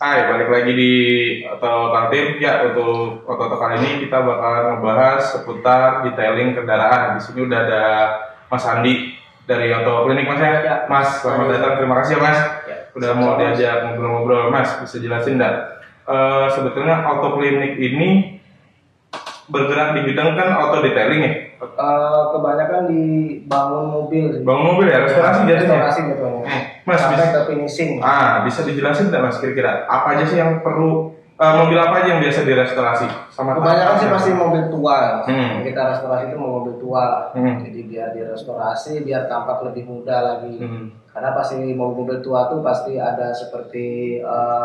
Hai, balik lagi di Otomotif ya. Untuk Oto kali ini kita bakal ngebahas seputar detailing kendaraan. Di sini udah ada Mas Andi dari Oto Klinik, Mas ya. Ya. Mas, selamat datang. Terima kasih ya, Mas. Ya. Udah mau diajak ngobrol-ngobrol, Mas. Bisa jelasin nggak? Sebetulnya Oto Klinik ini bergerak di bidang kan auto detailing ya? Kebanyakan di bangun mobil. Bangun mobil ya, restorasi jadinya. Restorasi betulnya. Mas, sampai bisa, ke finishing. bisa dijelasin nggak, Mas, kira-kira apa aja sih yang perlu, mobil apa aja yang biasa direstorasi? Kebanyakan sih pasti mobil tua. Kita restorasi itu mobil tua. Jadi biar direstorasi biar tampak lebih muda lagi. Karena pasti mobil tua tuh pasti ada seperti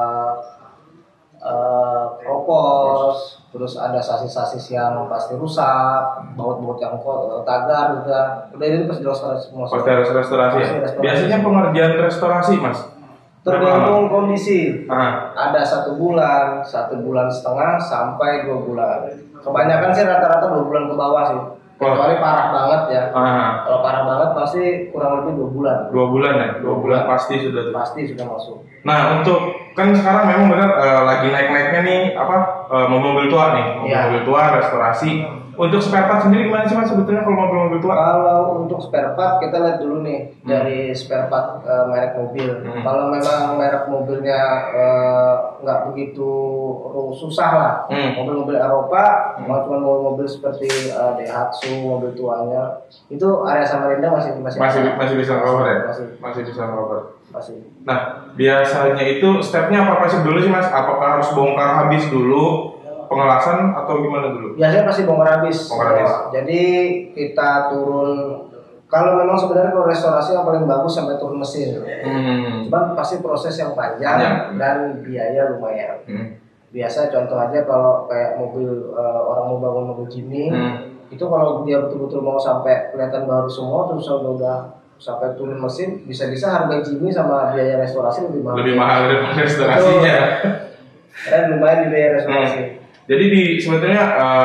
kropos, terus ada sasis-sasis yang pasti rusak, baut-baut yang tagar juga. Udah ini pasti restorasi semua. Pasti harus restorasi ya? Biasanya pengerjaan restorasi, Mas? Tergantung kondisi. Ada 1 bulan, 1,5 bulan sampai 2 bulan. Kebanyakan sih rata-rata 2 bulan ke bawah sih. Kecuali parah banget ya. Kalau parah banget pasti kurang lebih 2 bulan. 2 bulan ya? 2 bulan pasti sudah. Pasti sudah masuk. Nah, untuk kan sekarang memang benar lagi naik-naiknya nih mobil tua nih, mobil tua restorasi. Untuk spare part sendiri gimana sih, Mas, sebetulnya kalau mobil tua? Kalau untuk spare part kita lihat dulu nih dari spare part merek mobil. Kalau memang merek mobilnya nggak begitu susah lah, mobil-mobil Eropa, cuma mobil seperti Daihatsu, mobil tuanya itu area Samarinda masih bisa cover ya? Masih bisa cover. Nah, biasanya itu stepnya apa sih dulu sih, Mas? Apakah harus bongkar habis dulu, pengelasan atau gimana dulu? Biasanya pasti bongkar habis. Jadi kita turun. Kalau memang sebenarnya kalau restorasi yang paling bagus sampai turun mesin. Cuman pasti proses yang panjang dan biaya lumayan. Biasa contoh aja kalau kayak mobil orang mau bangun mobil Jimny, itu kalau dia betul-betul mau sampai kelihatan baru semua terus udah sampai turun mesin, bisa-bisa harga Jimny sama biaya restorasi lebih mahal. Lebih mahal dari restorasinya. Dan lumayan di biaya restorasi. Jadi sebetulnya,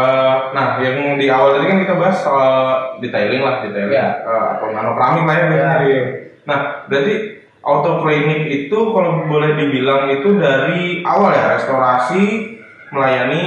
nah yang di awal tadi kan kita bahas soal detailing atau nanokeramik lah ya. Nah, berarti auto klinik itu kalau boleh dibilang itu dari awal ya, restorasi, melayani,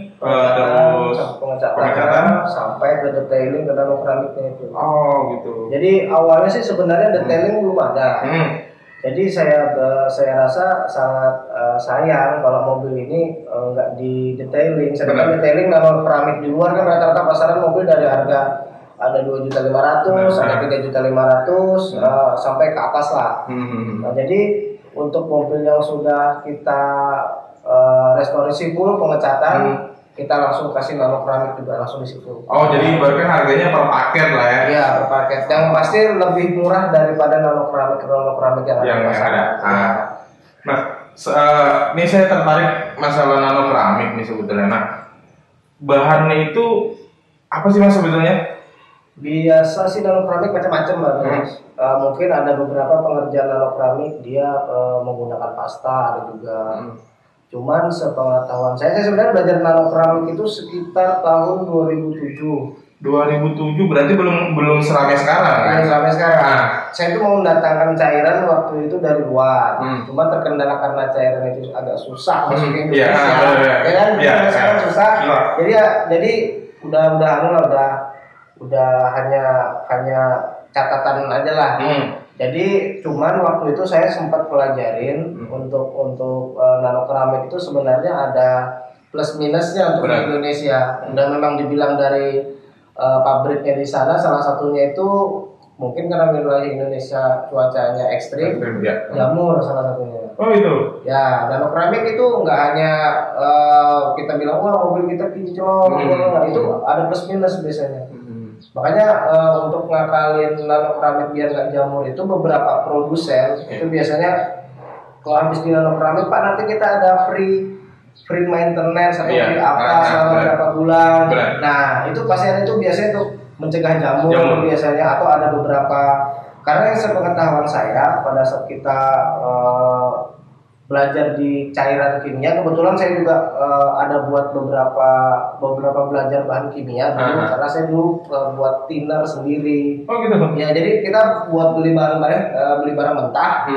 terus pengecatan sampai ke detailing ke nanokeramiknya itu. Oh gitu. Jadi awalnya sih sebenarnya detailing belum ada. Jadi saya rasa sangat sayang kalau mobil ini nggak di detailing. Sedangkan detailing nanokeramik di luar kan rata-rata pasaran mobil dari harga ada 2.500.000, ada 3.500.000 sampai ke atas lah. Nah, jadi untuk mobil yang sudah kita restorasi full pengecatan, kita langsung kasih nanokeramik juga langsung di situ. Oh, jadi ibaratnya harganya per paket lah ya? Iya, per paket. Yang pasti lebih murah daripada nanokeramik yang ada. Nah, ini saya tertarik masalah nanokeramik nih sebetulnya. Nah, bahannya itu apa sih, Mas, sebetulnya? Biasa sih nanokeramik macam-macam Mas. Mungkin ada beberapa pengerjaan nanokeramik dia menggunakan pasta, ada juga. Cuman sepengetahuan saya sebenarnya belajar nanokeramik itu sekitar tahun 2007. 2007 berarti belum seramai sekarang kan? Belum seramai sekarang. Saya itu mau mendatangkan cairan waktu itu dari luar. Cuma terkendala karena cairan itu agak susah masukin ke Indonesia. Sekarang susah. Jadi udah hanya catatan aja lah. Jadi cuman waktu itu saya sempat pelajarin untuk nanokeramik itu sebenarnya ada plus minusnya untuk Indonesia. Dan memang dibilang dari pabriknya di sana, salah satunya itu mungkin karena wilayah Indonesia cuacanya ekstrim, jamur salah satunya. Oh itu? Ya, nanokeramik itu nggak hanya kita bilang wah mobil kita kinclong, itu ada plus minus biasanya. Makanya untuk ngakalin nanokeramik biar nggak jamur itu beberapa produsen itu biasanya kalau habis di nanokeramik, Pak, nanti kita ada free maintenance atau free selama beberapa bulan. Nah itu pasien itu biasanya untuk mencegah jamur biasanya, atau ada beberapa, karena yang sepengetahuan saya pada saat kita belajar di cairan kimia, kebetulan saya juga ada buat beberapa belajar bahan kimia dulu, karena saya dulu buat thinner sendiri. Oh gitu. Ya, jadi kita buat beli barang mentah,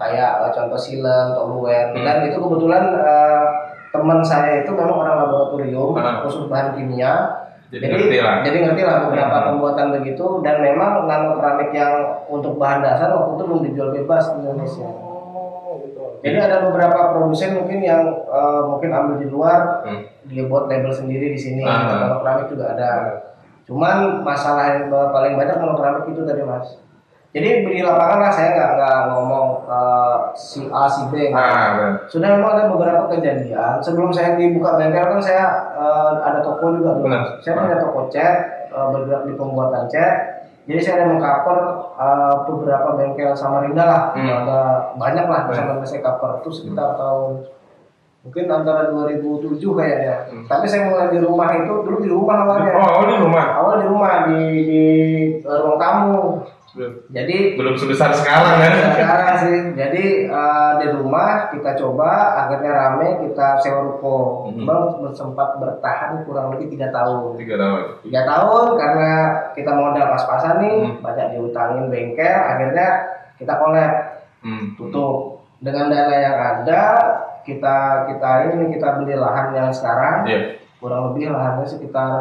kayak contoh silen, toluen, dan itu kebetulan teman saya itu memang orang laboratorium khusus bahan kimia. Jadi ngerti lah beberapa pembuatan begitu, dan memang nano keramik yang untuk bahan dasar waktu itu belum dijual bebas di Indonesia. Jadi ada beberapa produsen mungkin yang mungkin ambil di luar, dia buat label sendiri di sini. Nano keramik juga ada. Cuman masalah yang paling banyak nano keramik itu tadi Mas. Jadi di lapangan lah saya nggak ngomong si A si B. Sudah memang ada beberapa kejadian. Sebelum saya dibuka bengkel kan saya ada toko juga dulu. Saya punya toko cat, bergerak di pembuatan cat. Jadi saya ada mengcover beberapa bengkel Samarinda lah. Ada banyak lah bersama saya cover itu sekitar tahun mungkin antara 2007 kayaknya. Tapi saya mulai di rumah itu dulu di rumah awalnya. Di rumah. Awal di rumah di ruang tamu. Jadi belum sebesar sekarang kan? Sekarang sih. Jadi di rumah kita coba, akhirnya rame kita sewa ruko. Bang sempat bertahan kurang lebih 3 tahun. 3 tahun karena kita modal pas-pasan nih, banyak diutangin bengkel, akhirnya kita collab, tutup. Dengan dana yang ada, kita beli lahan yang sekarang. Kurang lebih lahannya sekitar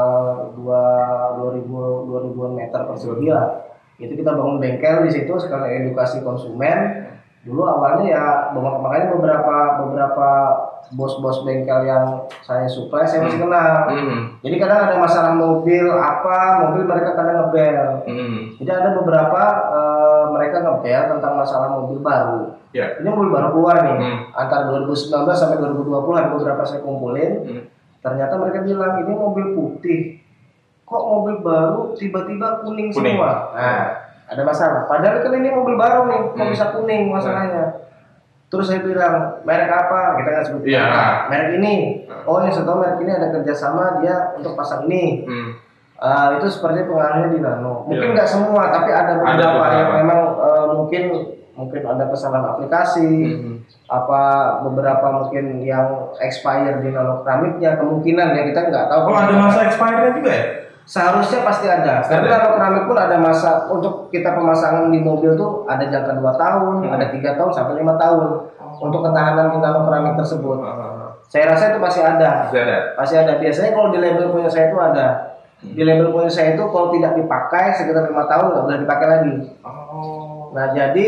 2000 meter persegi lah. Itu kita bangun bengkel di situ sekalian edukasi konsumen. Dulu awalnya ya makanya beberapa bos-bos bengkel yang saya supply saya masih kenal. Jadi kadang ada masalah mobil mereka kadang ngebel. Jadi ada beberapa mereka ngebel tentang masalah mobil baru. Ini mobil baru keluar nih antara 2019 sampai 2020 ada beberapa saya kumpulin. Ternyata mereka bilang ini mobil putih. Kok mobil baru tiba-tiba kuning semua? Nah, ada masalah. Padahal kan ini mobil baru nih, kok bisa kuning masalahnya? Terus saya bilang, merek apa? Kita nggak sebut merek ini. Oh, yang saya tahu merek ini ada kerjasama dia untuk pasang ini. Itu seperti pengaruhnya di nano. Mungkin nggak semua, tapi ada beberapa yang memang mungkin ada kesalahan aplikasi. Beberapa mungkin yang expire di nano keramiknya, kemungkinan ya kita nggak tahu. Oh, ada masa expire-nya juga ya? Seharusnya pasti ada. Tapi nano keramik pun ada masa untuk kita pemasangan di mobil tuh ada jangka 2 tahun, ada 3 tahun sampai 5 tahun untuk ketahanan di nano keramik tersebut. Saya rasa itu pasti ada. Pasti ada. Biasanya kalau di label punya saya itu ada. Di label punya saya itu kalau tidak dipakai sekitar 5 tahun nggak boleh dipakai lagi. Nah jadi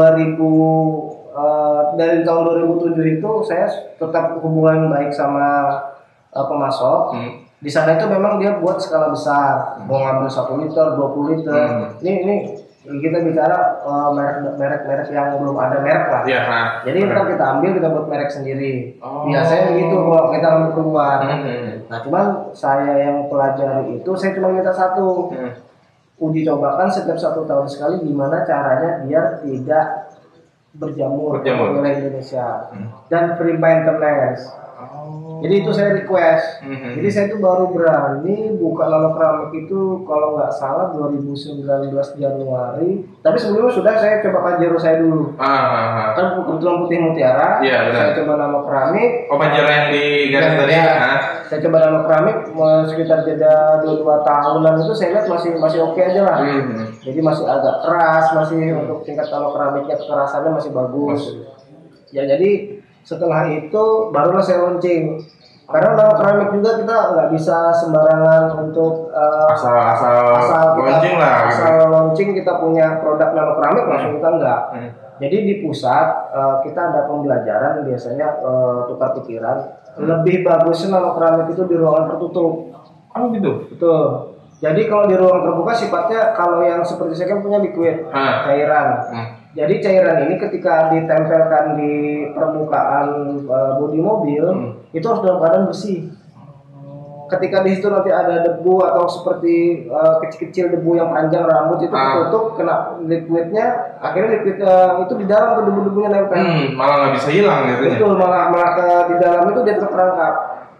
dari tahun 2007 itu saya tetap hubungan baik sama pemasok. Di sana itu memang dia buat skala besar, mau ngambil 1 liter, 20 liter. Ini kita bicara merek-merek yang belum ada merek lah. Jadi ntar kita ambil, kita buat merek sendiri. Biasanya begitu kalau kita ambil keluar. Nah cuman saya yang pelajari itu, saya cuma minta satu. Uji cobakan setiap 1 tahun sekali gimana caranya biar tidak berjamur di wilayah Indonesia. Dan free maintenance. Jadi itu saya request. Jadi saya itu baru berani buka nano keramik itu kalau nggak salah 2019 Januari. Tapi sebelumnya sudah saya coba Pajero saya dulu. Kan kebetulan putih mutiara. Saya coba nano keramik. Pajero yang di garis tadi. Saya coba nano keramik sekitar jeda 2 tahunan itu saya lihat masih oke aja lah. Jadi masih agak keras, masih untuk tingkat nano keramiknya kekerasannya masih bagus. Ya jadi setelah itu barulah saya launching. Karena nano keramik juga kita nggak bisa sembarangan untuk asal launching kita punya produk nano keramik langsung kita enggak. Jadi di pusat kita ada pembelajaran biasanya tukar pikiran. Lebih bagusnya nano keramik itu di ruangan tertutup. Gitu. Betul. Jadi kalau di ruang terbuka sifatnya kalau yang seperti saya kan punya liquid cairan. Jadi cairan ini ketika ditempelkan di permukaan bodi mobil itu harus dalam keadaan bersih. Ketika di situ nanti ada debu atau seperti kecil-kecil debu yang panjang rambut itu tertutup kena liquidnya, akhirnya liquid itu di dalam tuh debu-debunya nempel. Malah nggak bisa hilang gitu. Betul, malah di dalam itu dia terperangkap.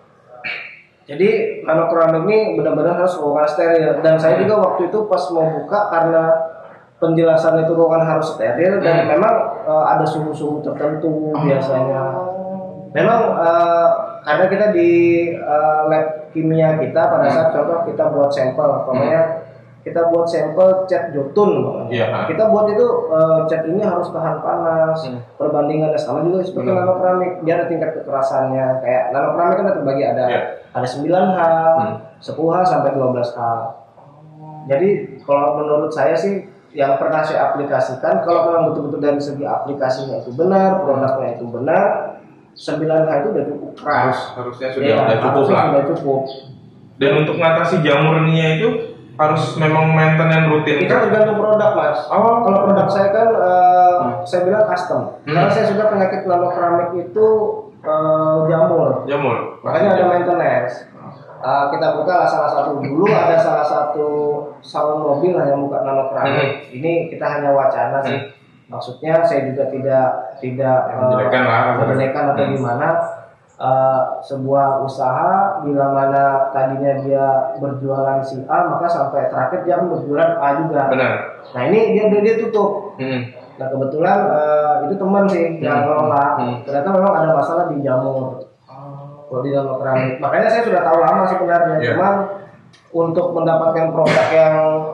Jadi nano keramik ini benar-benar harus ruangan steril. Dan saya juga waktu itu pas mau buka karena penjelasan itu ruangan harus steril dan memang ada suhu-suhu tertentu biasanya. Memang karena kita di lab kimia kita pada saat contoh kita buat sampel, pokoknya kita buat sampel cat Jotun, kita buat itu cat ini harus tahan panas, perbandingannya sama juga seperti nano keramik, dia ada tingkat kekerasannya. Kayak nano keramik kan terbagi ada 9H, 10H sampai 12H. Jadi kalau menurut saya sih yang pernah saya aplikasikan, kalau memang betul-betul dari segi aplikasinya itu benar, produknya itu benar, 9H itu udah cukup keras. Harusnya sudah cukup lah. Sudah cukup. Dan untuk mengatasi jamurnya itu harus memang maintenance rutin. Kita tergantung produk, Mas. Kalau produk saya kan saya bilang custom. Karena saya sudah penyakit nano keramik itu jamur. Makanya ada maintenance. Kita buka salah satu dulu, ada salah satu salon mobil yang buka nano keramik. Ini kita hanya wacana sih. Maksudnya saya juga tidak menjelekan atau gimana. Sebuah usaha bila mana tadinya dia berjualan si A, maka sampai terakhir dia berjualan A juga. Benar. Nah ini dia tutup. Nah kebetulan itu teman sih yang ngelola. Ternyata memang ada masalah di jamur. Kalau di nano keramik. Makanya saya sudah tahu lama sebenarnya. Cuman untuk mendapatkan produk yang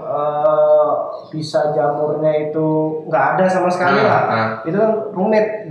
bisa jamurnya itu nggak ada sama sekali lah. Itu kan rumit,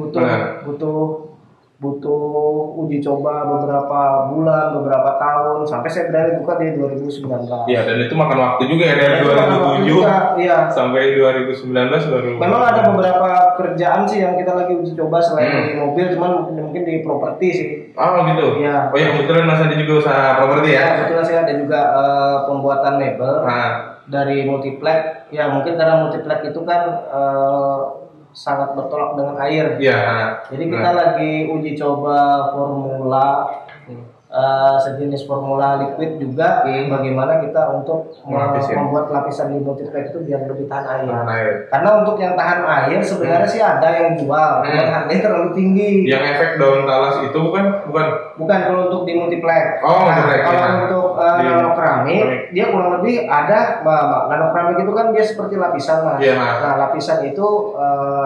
butuh uji coba beberapa bulan, beberapa tahun, sampai saya berani buka di 2019. Iya, dan itu makan waktu juga ya dari 2007 sampai 2019 baru. Memang ada beberapa kerjaan sih yang kita lagi uji coba selain di mobil, cuman mungkin di properti sih. Oh gitu. Iya. Oh iya, kebetulan Mas Adi juga usaha properti ya. Kebetulan saya ada juga pembuatan mebel dari multiplex. Ya mungkin karena multiplex itu kan sangat bertolak dengan air. Jadi kita lagi uji coba formula sejenis formula liquid juga, bagaimana kita untuk membuat lapisan di multiplex itu biar lebih tahan air. Karena untuk yang tahan air sebenarnya sih ada yang jual, cuman harganya terlalu tinggi. Yang efek daun talas itu bukan kalau untuk di multiplex. Multiplex. Kalau untuk nano keramik, dia kurang lebih ada nano keramik itu kan dia seperti lapisan, Mas. Nah, lapisan itu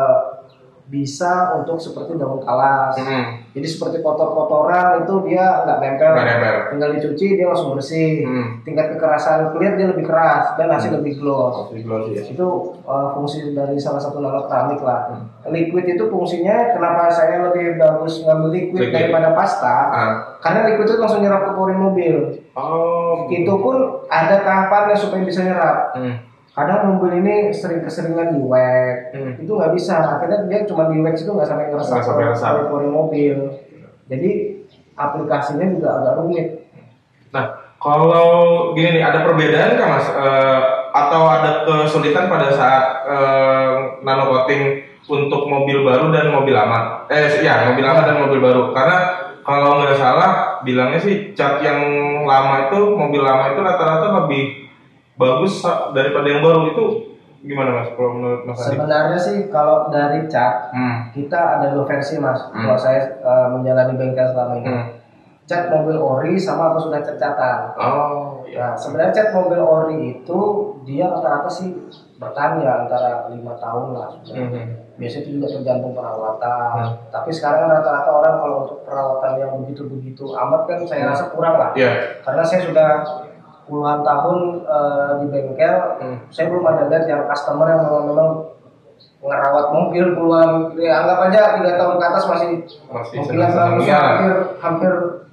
bisa untuk seperti daun talas. Jadi seperti kotor-kotoran itu dia nggak nempel. Tinggal dicuci dia langsung bersih. Tingkat kekerasan kulit dia lebih keras dan hasil lebih gloss. Itu fungsi dari salah satu nano keramik lah. Liquid itu fungsinya kenapa saya lebih bagus ngambil liquid daripada pasta? Karena liquid itu langsung nyerap ke pori mobil. Itu pun ada tahapannya supaya bisa nyerap. Kadang mobil ini keseringan di wax, itu nggak bisa. Akhirnya dia cuma di wax itu nggak sampai ngeresap pori mobil. Jadi aplikasinya juga agak rumit. Nah, kalau gini nih, ada perbedaan nggak Mas? Atau ada kesulitan pada saat nano coating untuk mobil baru dan mobil lama? Mobil lama dan mobil baru. Karena kalau nggak salah bilangnya sih cat yang lama itu, mobil lama itu rata-rata lebih bagus daripada yang baru. Itu gimana Mas kalau menurut Mas Adi? Sebenarnya sih kalau dari cat kita ada dua versi, Mas. Kalau saya menjalani bengkel selama ini, cat mobil ori sama apa sudah cacatan. Nah, sebenarnya cat mobil ori itu dia rata-rata sih bertahan ya antara 5 tahun lah. Biasanya itu juga tergantung perawatan. Tapi sekarang rata-rata orang kalau untuk perawatan yang begitu-begitu amat kan saya rasa kurang lah. Karena saya sudah puluhan tahun di bengkel, saya belum ada lihat yang customer yang memang ngerawat mobil puluhan, anggap aja 3 tahun ke atas masih mobilnya bagus, hampir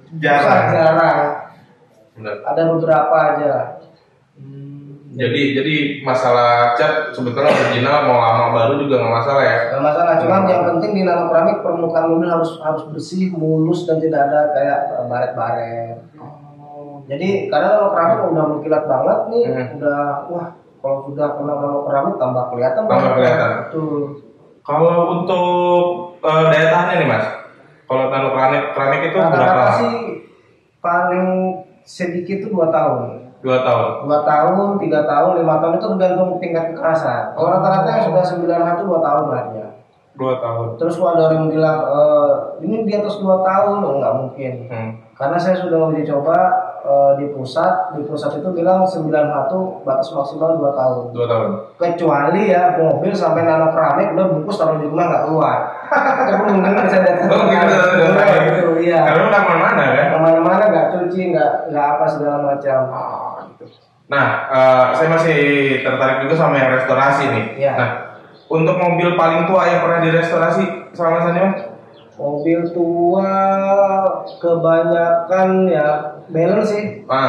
jarang. Ada beberapa aja. Jadi masalah cat sebetulnya original mau lama baru juga nggak masalah ya? Nggak masalah, cuman yang penting di nano keramik permukaan mobil harus bersih, mulus dan tidak ada kayak baret-baret. Jadi karena nano keramik udah mengkilat banget nih, kalau sudah kena nano keramik tambah kelihatan. Betul. Kalau untuk daya tahannya nih Mas, kalau nano keramik itu berapa? Sih paling sedikit itu 2 tahun. 2 tahun, 3 tahun, 5 tahun itu tergantung tingkat kekerasan. Kalau rata-rata yang sudah 9H itu 2 tahun lah dia. 2 tahun. Terus kalau ada orang bilang ini di atas 2 tahun, nggak mungkin. Karena saya sudah uji coba di pusat itu bilang 9H itu batas maksimal 2 tahun. 2 tahun. Kecuali ya mobil sampai nano keramik udah bungkus taruh di rumah nggak keluar. Coba mungkin bisa datang. Gitu. Iya. Karena kemana-mana kan? Kemana-mana nggak cuci, nggak apa segala macam. Gitu. Nah, saya masih tertarik juga sama yang restorasi nih. Iya. Nah, untuk mobil paling tua yang pernah direstorasi sama Mas Andi, Mas? Mobil tua kebanyakan ya balance sih.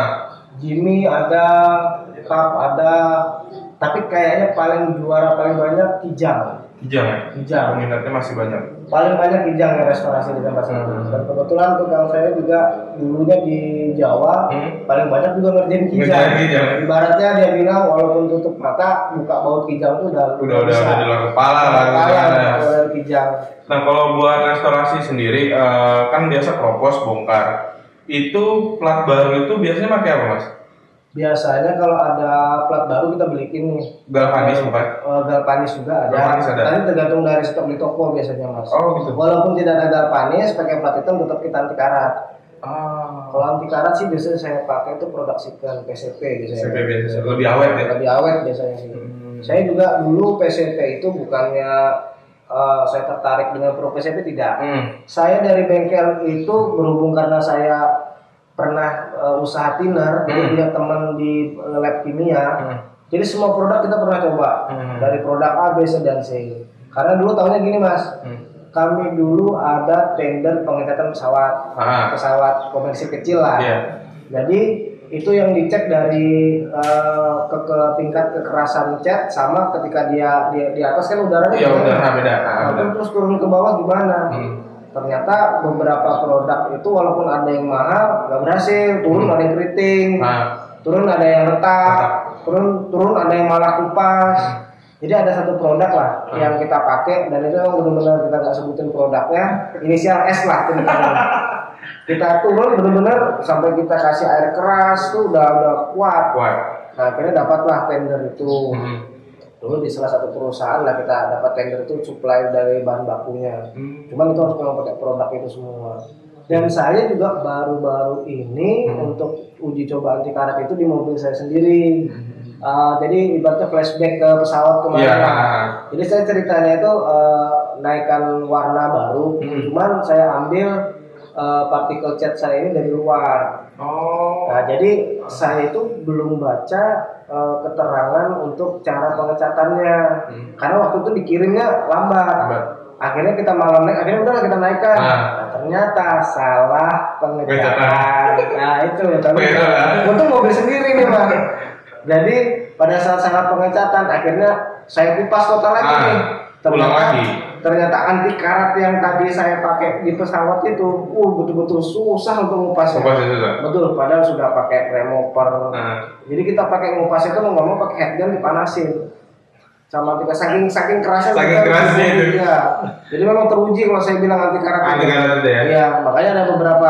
Jimmy ada, Cup ada, tapi kayaknya paling juara paling banyak Kijang. Kijang ya? Kijang. Peminatnya masih banyak. Paling banyak Kijang yang restorasi di tempat saya. Dan kebetulan tukang saya juga dulunya di Jawa, paling banyak juga ngerjain Kijang. Ibaratnya dia bilang walaupun tutup mata, buka baut Kijang itu udah di luar kepala lah. Kijang. Nah kalau buat restorasi sendiri, kan biasa kropos bongkar. Itu plat baru itu biasanya pakai apa, Mas? Biasanya kalau ada plat baru kita beliin nih. Galvanis bukan? Galvanis juga ada. Galvanis ada. Tapi tergantung dari stok di toko biasanya, Mas. Oh gitu. Walaupun tidak ada galvanis, pakai plat hitam tetap kita anti karat. Kalau anti karat sih biasanya saya pakai itu produk Siken PCP biasanya. PCP biasanya lebih awet ya. Lebih awet biasanya sih. Saya juga dulu PCP itu bukannya saya tertarik dengan produk PCP tidak. Saya dari bengkel itu berhubung karena saya pernah usaha thinner, jadi punya teman di lab kimia. Jadi semua produk kita pernah coba dari produk A, B, C dan C. Karena dulu tahunya gini Mas, kami dulu ada tender pengecatan pesawat komersil kecil lah. Jadi itu yang dicek dari ke tingkat kekerasan cat sama ketika dia di atas kan udaranya beda. Terus turun ke bawah gimana? Ternyata beberapa produk itu walaupun ada yang mahal nggak berhasil, turun ada yang keriting, turun ada yang retak, turun ada yang malah kupas. Jadi ada satu produk lah yang kita pakai dan itu benar-benar kita nggak sebutin produknya, inisial S lah ceritanya. Kita turun benar-benar sampai kita kasih air keras tuh udah kuat. Nah akhirnya dapatlah tender itu. Dulu di salah satu perusahaan lah kita dapat tender itu supply dari bahan bakunya. Cuman itu harus memang pakai produk itu semua. Dan saya juga baru-baru ini untuk uji coba anti karat itu di mobil saya sendiri. Jadi ibaratnya flashback ke pesawat kemarin. Jadi saya ceritanya itu naikkan warna baru. Cuman saya ambil partikel cat saya ini dari luar. Nah jadi saya itu belum baca keterangan untuk cara pengecatannya karena waktu itu dikirimnya lambat. Akhirnya kita malam naik, akhirnya udah kita naikkan. Nah, ternyata salah pengecatan. Nah itu untuk mobil sendiri nih Bang. Jadi pada saat salah pengecatan akhirnya saya kupas total lagi nih. Ternyata anti karat yang tadi saya pakai di pesawat itu, betul-betul susah untuk ngupasnya. Betul, padahal sudah pakai remover. Jadi kita pakai ngupas itu mau pakai headgun dipanasin. Sama anti karat saking kerasnya. Itu. Ya. Jadi memang teruji kalau saya bilang anti karat. Anti karat itu ya. Iya, makanya ada beberapa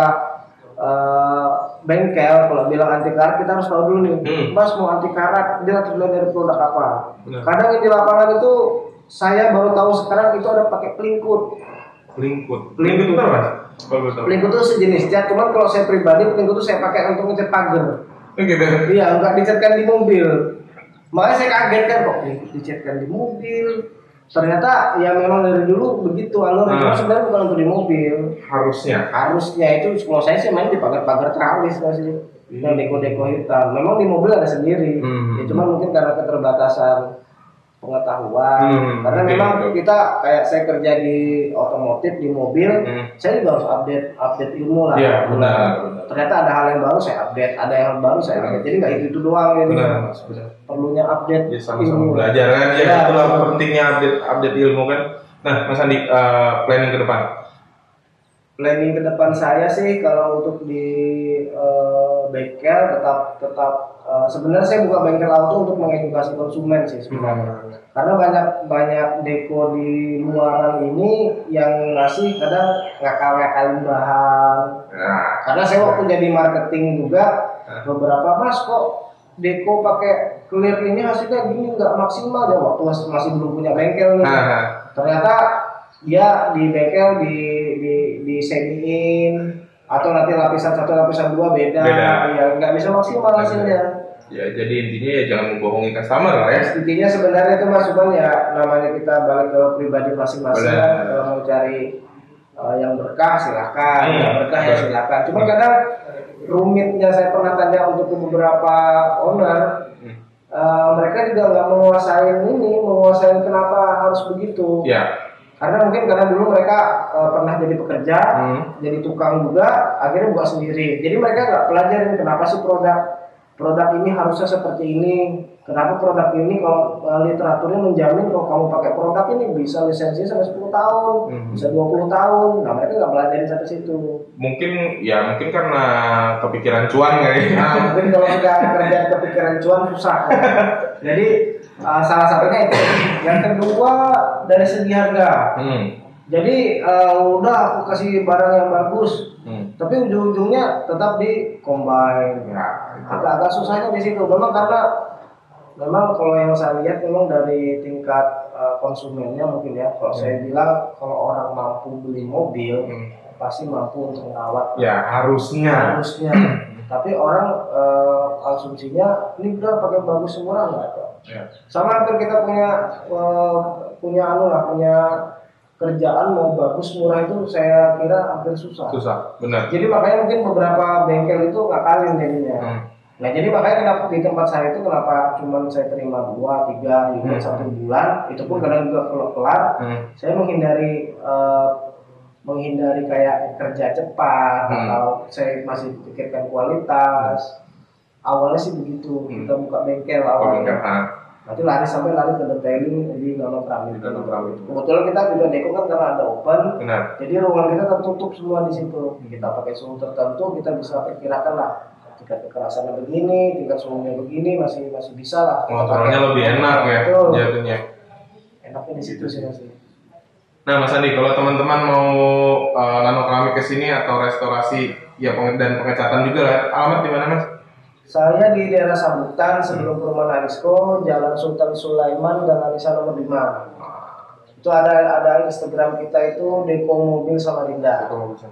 bengkel kalau bilang anti karat kita harus tahu dulu nih. Mas mau anti karat dia harus belajar dari produk apa. Kadang di lapangan itu saya baru tahu sekarang itu ada pakai pelingkut. Pelingkut itu apa? Pelingkut itu sejenis cat, cuman kalau saya pribadi pelingkut itu saya pakai untuk ngecat pagar. Iya, enggak dicatkan di mobil. Makanya saya kaget kan kok pelingkut dicatkan di mobil. Ternyata ya memang dari dulu begitu alurnya. Sebenarnya bukan untuk di mobil. Harusnya itu kalau saya sih main di pagar-pagar tralis sih. Yang deko-deko hitam. Memang di mobil ada sendiri. Ya cuma mungkin karena keterbatasan pengetahuan karena memang kita kayak saya kerja di otomotif di mobil saya juga harus update ilmu lah. Benar. Ternyata ada hal yang baru saya update, ada yang baru saya update, jadi nggak itu doang ini. Perlunya update sama-sama belajar kan itulah pentingnya update ilmu kan. Nah Mas Andi, planning ke depan saya sih kalau untuk di bengkel tetap sebenarnya saya buka bengkel auto untuk mengedukasi konsumen sih sebenarnya. Karena banyak deko di luaran ini yang ngasih kadang ngakal-ngakalin bahan. Karena saya waktu jadi marketing juga beberapa Mas kok deko pakai clear ini hasilnya gini nggak maksimal ya waktu masih belum punya bengkel nih. Ternyata dia di bengkel di semiin atau nanti lapisan 1 lapisan 2 beda. Ya nggak bisa maksimal hasilnya. Ya jadi intinya ya jangan membohongi customer lah ya. Intinya sebenarnya itu Mas Cuman ya namanya kita balik ke pribadi masing-masing. Kalau mau cari yang berkah silahkan, yang berkah ya silahkan. Cuma kadang rumitnya saya pernah tanya untuk beberapa owner, mereka juga nggak menguasain kenapa harus begitu. Karena mungkin karena dulu mereka pernah jadi pekerja, jadi tukang juga, akhirnya buat sendiri. Jadi mereka nggak pelajarin kenapa sih produk ini harusnya seperti ini. Kenapa produk ini kalau literaturnya menjamin kalau kamu pakai produk ini bisa lisensinya sampai 10 tahun, bisa 20 tahun. Nah mereka nggak pelajarin sampai situ. Mungkin karena kepikiran cuan kali. Nah mungkin kalau sudah kerja kepikiran cuan susah. Kan? Jadi salah satunya itu. Yang kedua dari segi harga. Jadi udah aku kasih barang yang bagus, tapi ujung-ujungnya tetap di combine. Agak susahnya di situ. Memang kalau yang saya lihat memang dari tingkat konsumennya mungkin ya. Kalau saya bilang kalau orang mampu beli mobil, pasti mampu untuk merawat. Ya harusnya. Tapi orang konsumsinya ini udah pakai bagus semua nggak ada. Sama hampir kita punya kerjaan mau bagus murah itu saya kira hampir susah. Benar. Jadi makanya mungkin beberapa bengkel itu ngakalin jadinya. Nah jadi makanya kenapa di tempat saya itu kenapa cuma saya terima 2, 3 unit 1 bulan, itu pun kadang juga kelar. Saya menghindari kayak kerja cepat atau saya masih pikirkan kualitas. Awalnya sih begitu, kita buka bengkel awalnya. Nanti lari ke detailing di Nano Keramik. Kebetulan kita juga deko kan karena ada open. Jadi ruangan kita tertutup semua di situ. Kita pakai suhu tertentu, kita bisa perkirakan lah tingkat kekerasannya begini, tingkat suhunya begini, masih bisa lah. Kontrolnya lebih enak ya jatuhnya. Enaknya di situ sih masih. Nah Mas Andi, kalau teman-teman mau Nano Keramik kesini atau restorasi ya dan pengecatan juga lah, alamat di mana Mas? Saya di daerah Sambutan sebelum perumahan Arisco, Jalan Sultan Sulaiman dan Alisa nomor 5. Itu ada Instagram kita itu Deko Mobil Samarinda.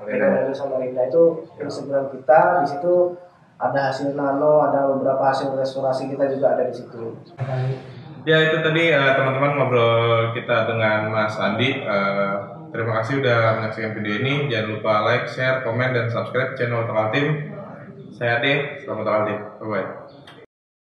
Itu Instagram kita, di situ ada hasil nano, ada beberapa hasil restorasi kita juga ada di situ. Ya itu tadi teman-teman ngobrol kita dengan Mas Andi. Terima kasih udah menyaksikan video ini. Jangan lupa like, share, komen, dan subscribe channel Tokal Team. Saya Ade, selamat Tokal Team. Bye-bye.